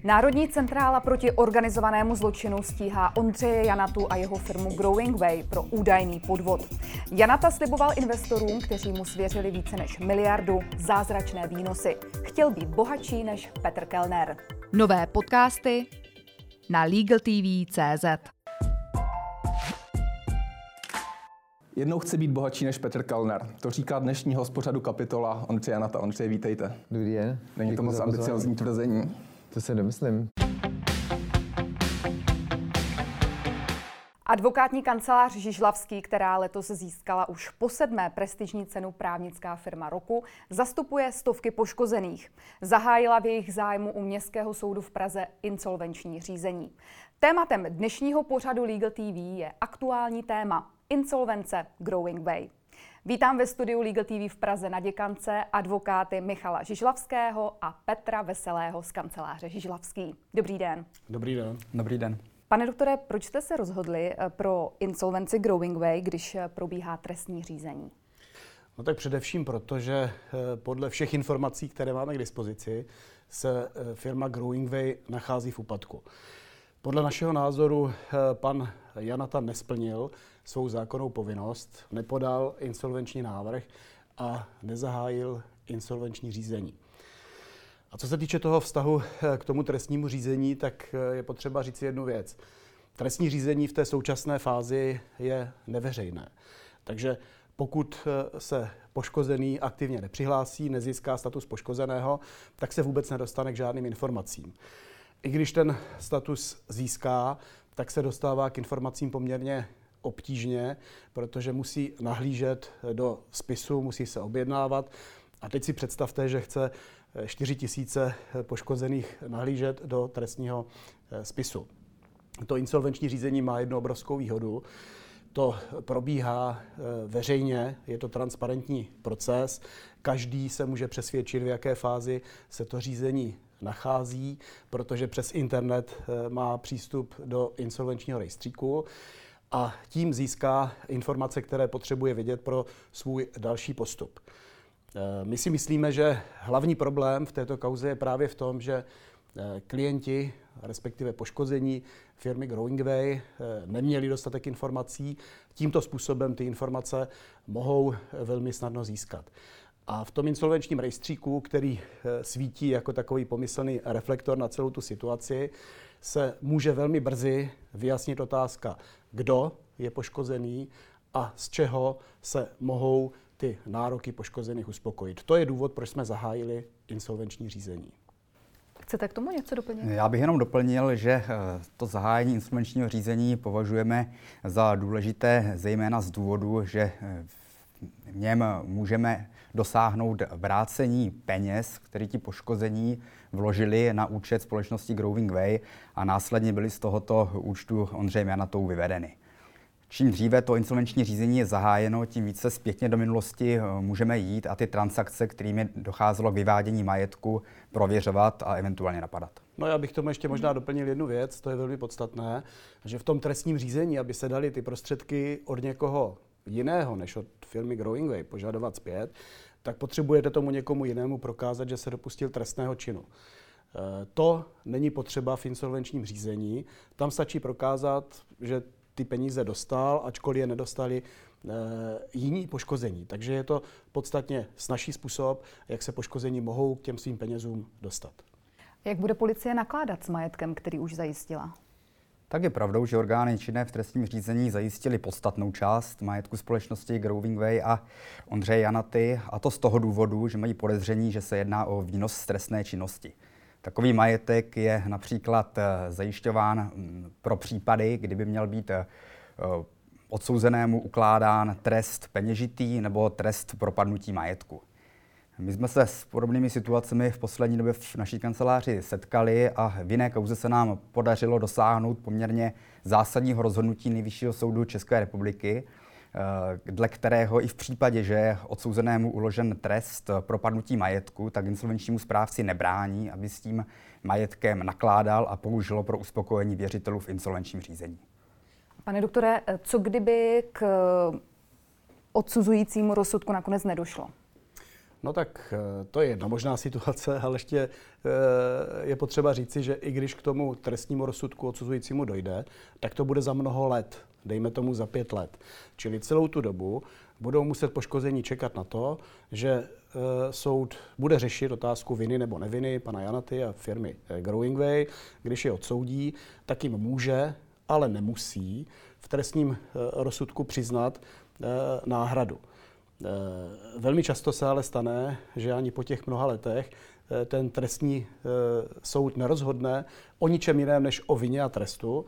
Národní centrála proti organizovanému zločinu stíhá Ondřeje Janatu a jeho firmu Growing Way pro údajný podvod. Janata sliboval investorům, kteří mu svěřili více než miliardu, zázračné výnosy. Chtěl být bohatší než Petr Kellner. Nové podcasty na LegalTV.cz. Jednou chci být bohatší než Petr Kellner. To říká dnešní host pořadu Kapitola Ondřej Janata. Ondřej, vítejte. Dobrý den. Není to moc ambiciozní tvrzení. To se nemyslím. Advokátní kancelář Žižlavský, která letos získala už po 7. prestižní cenu Právnická firma roku, zastupuje stovky poškozených. Zahájila v jejich zájmu u Městského soudu v Praze insolvenční řízení. Tématem dnešního pořadu Legal TV je aktuální téma insolvence Growing Way. Vítám ve studiu Legal TV v Praze na Děkance advokáty Michala Žižlavského a Petra Veselého z kanceláře Žižlavský. Dobrý den. Dobrý den. Dobrý den. Pane doktore, proč jste se rozhodli pro insolvenci Growing Way, když probíhá trestní řízení? No tak především proto, že podle všech informací, které máme k dispozici, se firma Growing Way nachází v úpadku. Podle našeho názoru pan Janata nesplnil svou zákonnou povinnost, nepodal insolvenční návrh a nezahájil insolvenční řízení. A co se týče toho vztahu k tomu trestnímu řízení, tak je potřeba říct jednu věc. Trestní řízení v té současné fázi je neveřejné. Takže pokud se poškozený aktivně nepřihlásí, nezíská status poškozeného, tak se vůbec nedostane k žádným informacím. I když ten status získá, tak se dostává k informacím poměrně obtížně, protože musí nahlížet do spisu, musí se objednávat. A teď si představte, že chce 4 000 poškozených nahlížet do trestního spisu. To insolvenční řízení má jednu obrovskou výhodu. To probíhá veřejně, je to transparentní proces. Každý se může přesvědčit, v jaké fázi se to řízení nachází, protože přes internet má přístup do insolvenčního rejstříku a tím získá informace, které potřebuje vědět pro svůj další postup. My si myslíme, že hlavní problém v této kauze je právě v tom, že klienti, respektive poškození firmy Growing Way, neměli dostatek informací. Tímto způsobem ty informace mohou velmi snadno získat. A v tom insolvenčním rejstříku, který svítí jako takový pomyslný reflektor na celou tu situaci, se může velmi brzy vyjasnit otázka, kdo je poškozený a z čeho se mohou ty nároky poškozených uspokojit. To je důvod, proč jsme zahájili insolvenční řízení. Chcete k tomu něco doplnit? Já bych jenom doplnil, že to zahájení insolvenčního řízení považujeme za důležité zejména z důvodu, že v něm můžeme dosáhnout vrácení peněz, které ti poškození vložili na účet společnosti Growing Way a následně byly z tohoto účtu Ondřejem Janatou vyvedeny. Čím dříve to insolvenční řízení je zahájeno, tím více zpětně do minulosti můžeme jít a ty transakce, kterými docházelo k vyvádění majetku, prověřovat a eventuálně napadat. No já bych tomu ještě možná doplnil jednu věc, to je velmi podstatné, že v tom trestním řízení, aby se daly ty prostředky od někoho jiného než od firmy Growing Way požadovat zpět, tak potřebujete tomu někomu jinému prokázat, že se dopustil trestného činu. To není potřeba v insolvenčním řízení. Tam stačí prokázat, že ty peníze dostal, ačkoliv je nedostali jiní poškození. Takže je to podstatně snazší způsob, jak se poškození mohou k těm svým penězům dostat. Jak bude policie nakládat s majetkem, který už zajistila? Tak je pravdou, že orgány činné v trestním řízení zajistily podstatnou část majetku společnosti Growing Way a Ondřeje Janaty, a to z toho důvodu, že mají podezření, že se jedná o výnos z trestné činnosti. Takový majetek je například zajišťován pro případy, kdyby měl být odsouzenému ukládán trest peněžitý nebo trest propadnutí majetku. My jsme se s podobnými situacemi v poslední době v naší kanceláři setkali a v jiné kauze se nám podařilo dosáhnout poměrně zásadního rozhodnutí Nejvyššího soudu České republiky, dle kterého i v případě, že je odsouzenému uložen trest propadnutí majetku, tak insolvenčnímu správci nebrání, aby s tím majetkem nakládal a použilo pro uspokojení věřitelů v insolvenčním řízení. Pane doktore, co kdyby k odsuzujícímu rozsudku nakonec nedošlo? No tak to je jedna možná situace, ale ještě je potřeba říci, že i když k tomu trestnímu rozsudku odsuzujícímu dojde, tak to bude za mnoho let, dejme tomu za 5 let. Čili celou tu dobu budou muset poškození čekat na to, že soud bude řešit otázku viny nebo neviny pana Janaty a firmy Growing Way. Když je odsoudí, tak jim může, ale nemusí v trestním rozsudku přiznat náhradu. Velmi často se ale stane, že ani po těch mnoha letech ten trestní soud nerozhodne o ničem jiném než o vině a trestu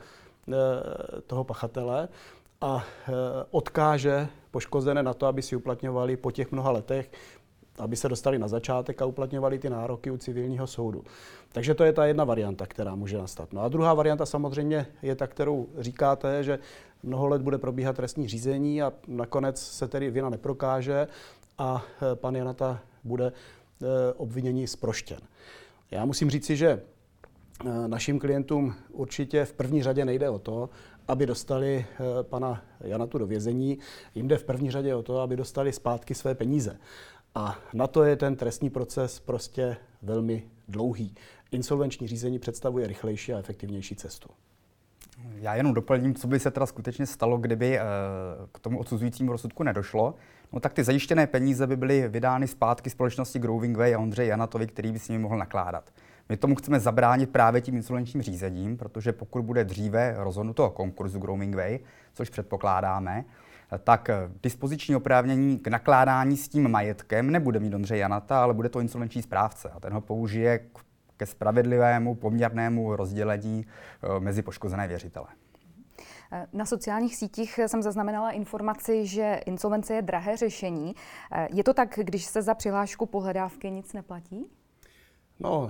toho pachatele a odkáže poškozené na to, aby si uplatňovali po těch mnoha letech, aby se dostali na začátek a uplatňovali ty nároky u civilního soudu. Takže to je ta jedna varianta, která může nastat. No a druhá varianta samozřejmě je ta, kterou říkáte, že mnoho let bude probíhat trestní řízení a nakonec se tedy vina neprokáže a pan Janata bude obvinění zproštěn. Já musím říci, že našim klientům určitě v první řadě nejde o to, aby dostali pana Janatu do vězení. Jim jde v první řadě o to, aby dostali zpátky své peníze. A na to je ten trestní proces prostě velmi dlouhý. Insolvenční řízení představuje rychlejší a efektivnější cestu. Já jenom doplním, co by se teda skutečně stalo, kdyby k tomu odsuzujícímu rozsudku nedošlo. No tak ty zajištěné peníze by byly vydány zpátky společnosti Growing Way a Ondřeji Janatovi, který by s nimi mohl nakládat. My tomu chceme zabránit právě tím insolvenčním řízením, protože pokud bude dříve rozhodnuto o konkurzu Growing Way, což předpokládáme, tak dispoziční oprávnění k nakládání s tím majetkem nebude mít Ondřej Janata, ale bude to insolvenční správce a ten ho použije ke spravedlivému poměrnému rozdělení mezi poškozené věřitele. Na sociálních sítích jsem zaznamenala informaci, že insolvence je drahé řešení. Je to tak, když se za přihlášku pohledávky nic neplatí? No,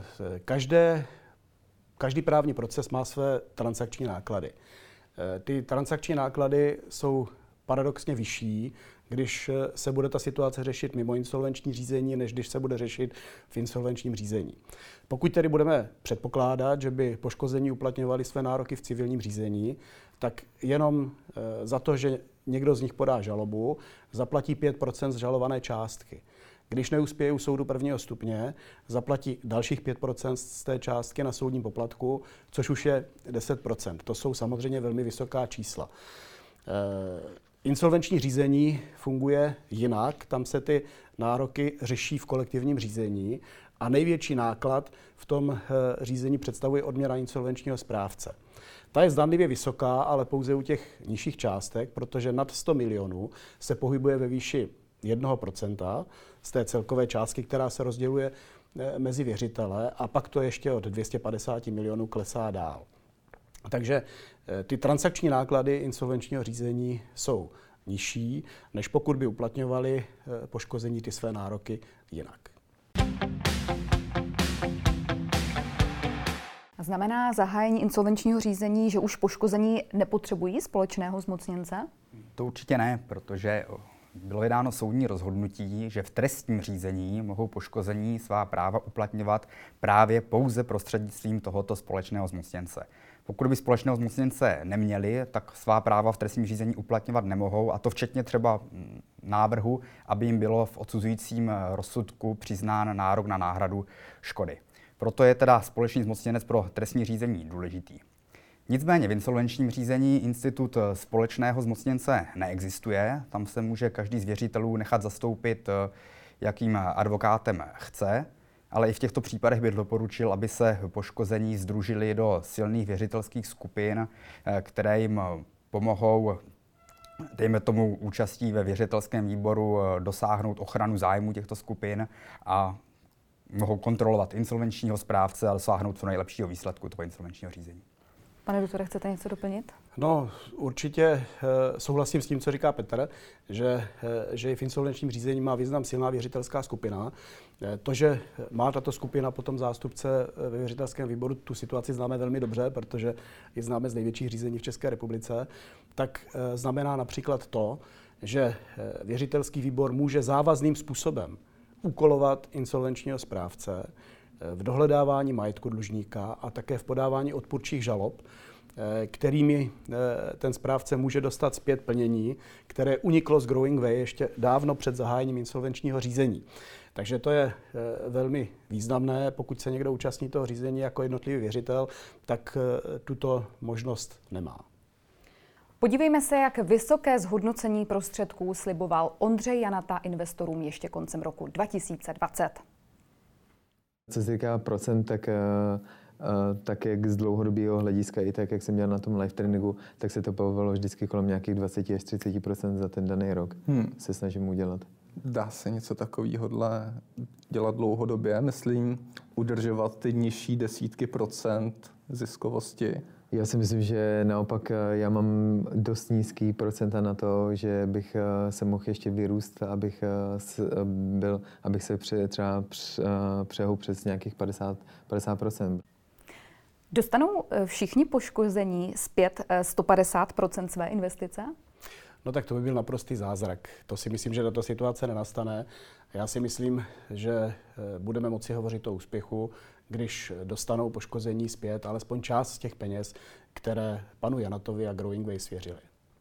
každý právní proces má své transakční náklady. Ty transakční náklady jsou paradoxně vyšší, když se bude ta situace řešit mimo insolvenční řízení, než když se bude řešit v insolvenčním řízení. Pokud tedy budeme předpokládat, že by poškození uplatňovali své nároky v civilním řízení, tak jenom za to, že někdo z nich podá žalobu, zaplatí 5% z žalované částky. Když neuspěje u soudu prvního stupně, zaplatí dalších 5% z té částky na soudním poplatku, což už je 10%. To jsou samozřejmě velmi vysoká čísla. Insolvenční řízení funguje jinak, tam se ty nároky řeší v kolektivním řízení a největší náklad v tom řízení představuje odměna insolvenčního správce. Ta je zdánlivě vysoká, ale pouze u těch nižších částek, protože nad 100 milionů se pohybuje ve výši 1% z té celkové částky, která se rozděluje mezi věřitele a pak to ještě od 250 milionů klesá dál. Takže ty transakční náklady insolvenčního řízení jsou nižší, než pokud by uplatňovali poškození ty své nároky jinak. Znamená zahájení insolvenčního řízení, že už poškození nepotřebují společného zmocněnce? To určitě ne, protože bylo vydáno soudní rozhodnutí, že v trestním řízení mohou poškození svá práva uplatňovat právě pouze prostřednictvím tohoto společného zmocněnce. Pokud by společného zmocněnce neměli, tak svá práva v trestním řízení uplatňovat nemohou, a to včetně třeba návrhu, aby jim bylo v odsuzujícím rozsudku přiznán nárok na náhradu škody. Proto je teda společný zmocněnec pro trestní řízení důležitý. Nicméně v insolvenčním řízení institut společného zmocněnce neexistuje. Tam se může každý z věřitelů nechat zastoupit, jakým advokátem chce, ale i v těchto případech bych doporučil, aby se poškození sdružili do silných věřitelských skupin, které jim pomohou, dejme tomu, účastí ve věřitelském výboru dosáhnout ochranu zájmu těchto skupin a mohou kontrolovat insolvenčního správce a dosáhnout co nejlepšího výsledku toho insolvenčního řízení. Pane doktore, chcete něco doplnit? No, určitě souhlasím s tím, co říká Petr, že i v insolvenčním řízení má význam silná věřitelská skupina. To, že má tato skupina potom zástupce ve věřitelském výboru, tu situaci známe velmi dobře, protože ji známe z největších řízení v České republice, tak znamená například to, že věřitelský výbor může závazným způsobem úkolovat insolvenčního správce v dohledávání majetku dlužníka a také v podávání odpůrčích žalob, kterými ten správce může dostat zpět plnění, které uniklo z Growing Way ještě dávno před zahájením insolvenčního řízení. Takže to je velmi významné. Pokud se někdo účastní toho řízení jako jednotlivý věřitel, tak tuto možnost nemá. Podívejme se, jak vysoké zhodnocení prostředků sliboval Ondřej Janata investorům ještě koncem roku 2020. Co se týká procent, tak jak z dlouhodobého hlediska i tak, jak jsem dělal na tom live tréninku, tak se to pohybovalo vždycky kolem nějakých 20 až 30% za ten daný rok. Se snažím udělat. Dá se něco takového dělat dlouhodobě? Myslím, udržovat ty nižší desítky procent ziskovosti? Já si myslím, že naopak já mám dost nízký procenta na to, že bych se mohl ještě vyrůst, abych se třeba přehoupl přes nějakých 50%. Dostanou všichni poškození zpět 150% své investice? No tak to by byl naprostý zázrak. To si myslím, že tato situace nenastane. Já si myslím, že budeme moci hovořit o úspěchu, když dostanou poškození zpět alespoň část z těch peněz, které panu Janatovi a Growing Way svěřili.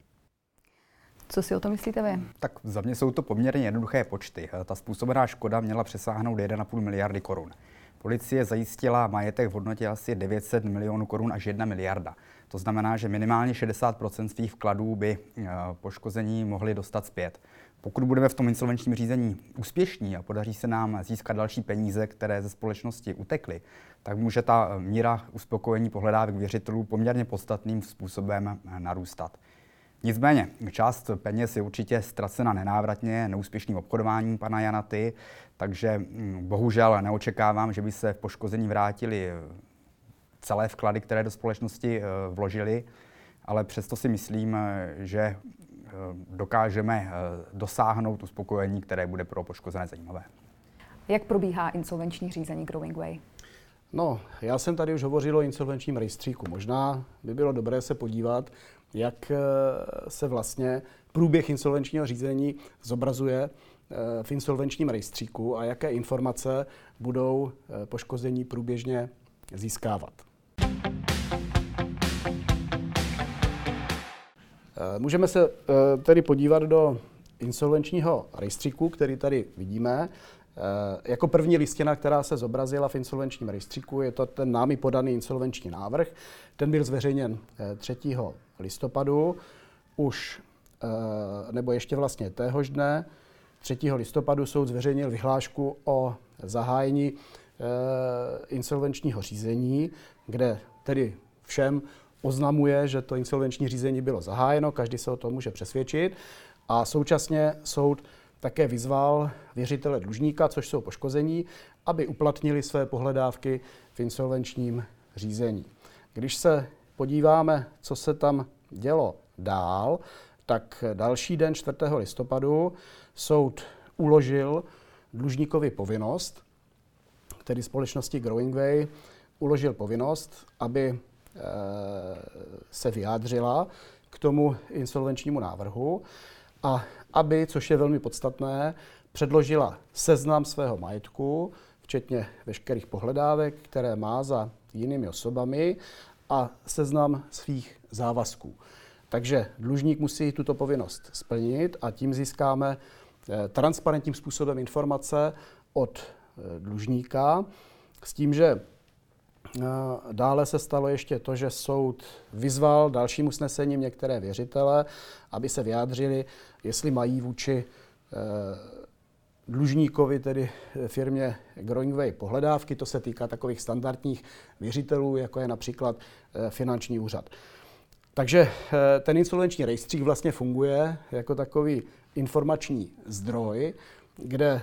Co si o tom myslíte vy? Tak za mě jsou to poměrně jednoduché počty. Ta způsobená škoda měla přesáhnout 1,5 miliardy korun. Policie zajistila majetek v hodnotě asi 900 milionů korun až 1 miliarda. To znamená, že minimálně 60% svých vkladů by poškození mohli dostat zpět. Pokud budeme v tom insolvenčním řízení úspěšní a podaří se nám získat další peníze, které ze společnosti utekly, tak může ta míra uspokojení pohledávek věřitelů poměrně podstatným způsobem narůstat. Nicméně, část peněz je určitě ztracena nenávratně neúspěšným obchodováním pana Janaty, takže bohužel neočekávám, že by se v poškození vrátili celé vklady, které do společnosti vložili, ale přesto si myslím, že dokážeme dosáhnout uspokojení, které bude pro poškozené zajímavé. Jak probíhá insolvenční řízení Growing Way? No, já jsem tady už hovořil o insolvenčním rejstříku. Možná by bylo dobré se podívat, jak se vlastně průběh insolvenčního řízení zobrazuje v insolvenčním rejstříku a jaké informace budou poškození průběžně získávat. Můžeme se tedy podívat do insolvenčního rejstříku, který tady vidíme. Jako první listina, která se zobrazila v insolvenčním rejstříku, je to ten námi podaný insolvenční návrh. Ten byl zveřejněn 3. listopadu, nebo ještě vlastně téhož dne, 3. listopadu soud zveřejnil vyhlášku o zahájení insolvenčního řízení, kde tedy všem oznamuje, že to insolvenční řízení bylo zahájeno, každý se o tom může přesvědčit a současně soud také vyzval věřitele dlužníka, což jsou poškození, aby uplatnili své pohledávky v insolvenčním řízení. Když se podíváme, co se tam dělo dál, tak další den 4. listopadu soud uložil dlužníkovi povinnost, tedy společnosti Growing Way, uložil povinnost, aby se vyjádřila k tomu insolvenčnímu návrhu a aby, což je velmi podstatné, předložila seznam svého majetku, včetně veškerých pohledávek, které má za jinými osobami a seznam svých závazků. Takže dlužník musí tuto povinnost splnit a tím získáme transparentním způsobem informace od dlužníka s tím, že dále se stalo ještě to, že soud vyzval dalším usnesením některé věřitele, aby se vyjádřili, jestli mají vůči dlužníkovi, tedy firmě Growing Way, pohledávky. To se týká takových standardních věřitelů, jako je například finanční úřad. Takže ten insolvenční rejstřík vlastně funguje jako takový informační zdroj, kde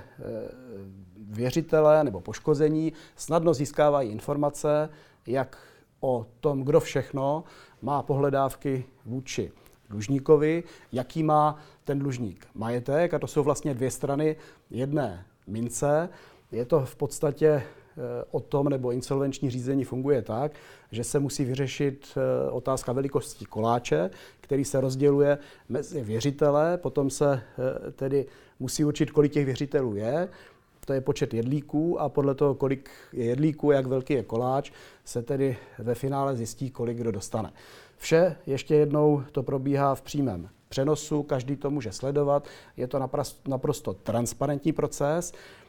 věřitelé nebo poškození snadno získávají informace, jak o tom, kdo všechno má pohledávky vůči dlužníkovi, jaký má ten dlužník majetek, a to jsou vlastně dvě strany jedné mince. Je to v podstatě o tom, nebo insolvenční řízení funguje tak, že se musí vyřešit otázka velikosti koláče, který se rozděluje mezi věřitele, potom se tedy musí určit, kolik těch věřitelů je, to je počet jedlíků a podle toho, kolik je jedlíků, jak velký je koláč, se tedy ve finále zjistí, kolik kdo dostane. Vše ještě jednou to probíhá v přímém přenosu, každý to může sledovat, je to naprosto transparentní proces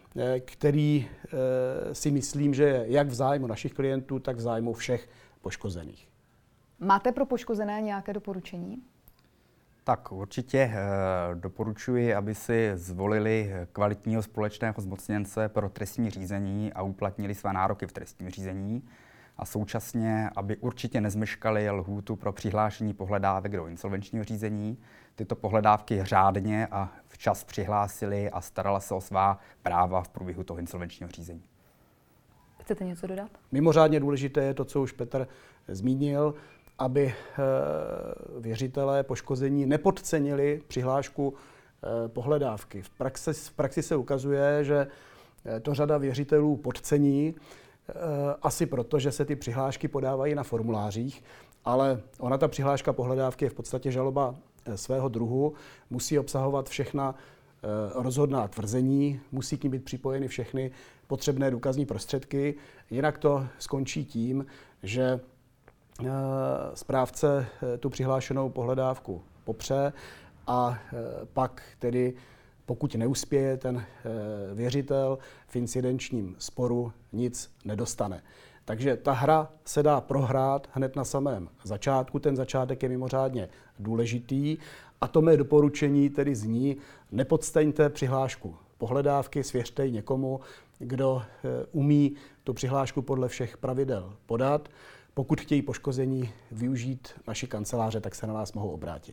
který si myslím, že je jak v zájmu našich klientů, tak v zájmu všech poškozených. Máte pro poškozené nějaké doporučení? Tak určitě doporučuji, aby si zvolili kvalitního společného zmocněnce pro trestní řízení a uplatnili své nároky v trestním řízení. A současně, aby určitě nezmeškali lhůtu pro přihlášení pohledávek do insolvenčního řízení. Tyto pohledávky řádně a včas přihlásili a starala se o svá práva v průběhu toho insolvenčního řízení. Chcete něco dodat? Mimořádně důležité je to, co už Petr zmínil, aby věřitelé poškození nepodcenili přihlášku pohledávky. V praxi se ukazuje, že to řada věřitelů podcení, asi proto, že se ty přihlášky podávají na formulářích, ale ona ta přihláška pohledávky je v podstatě žaloba svého druhu, musí obsahovat všechna rozhodná tvrzení, musí k ní být připojeny všechny potřebné důkazní prostředky, jinak to skončí tím, že správce tu přihlášenou pohledávku popře a pak tedy, pokud neuspěje ten věřitel v incidenčním sporu, nic nedostane. Takže ta hra se dá prohrát hned na samém začátku. Ten začátek je mimořádně důležitý a to mé doporučení tedy zní, nepodstaňte přihlášku pohledávky, svěřte ji někomu, kdo umí tu přihlášku podle všech pravidel podat. Pokud chtějí poškození využít naší kanceláře, tak se na nás mohou obrátit.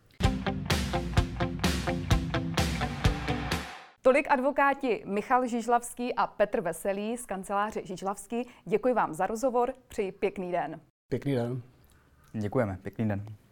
Tolik advokáti Michal Žižlavský a Petr Veselý z kanceláře Žižlavský. Děkuji vám za rozhovor, přeji pěkný den. Pěkný den. Děkujeme, pěkný den.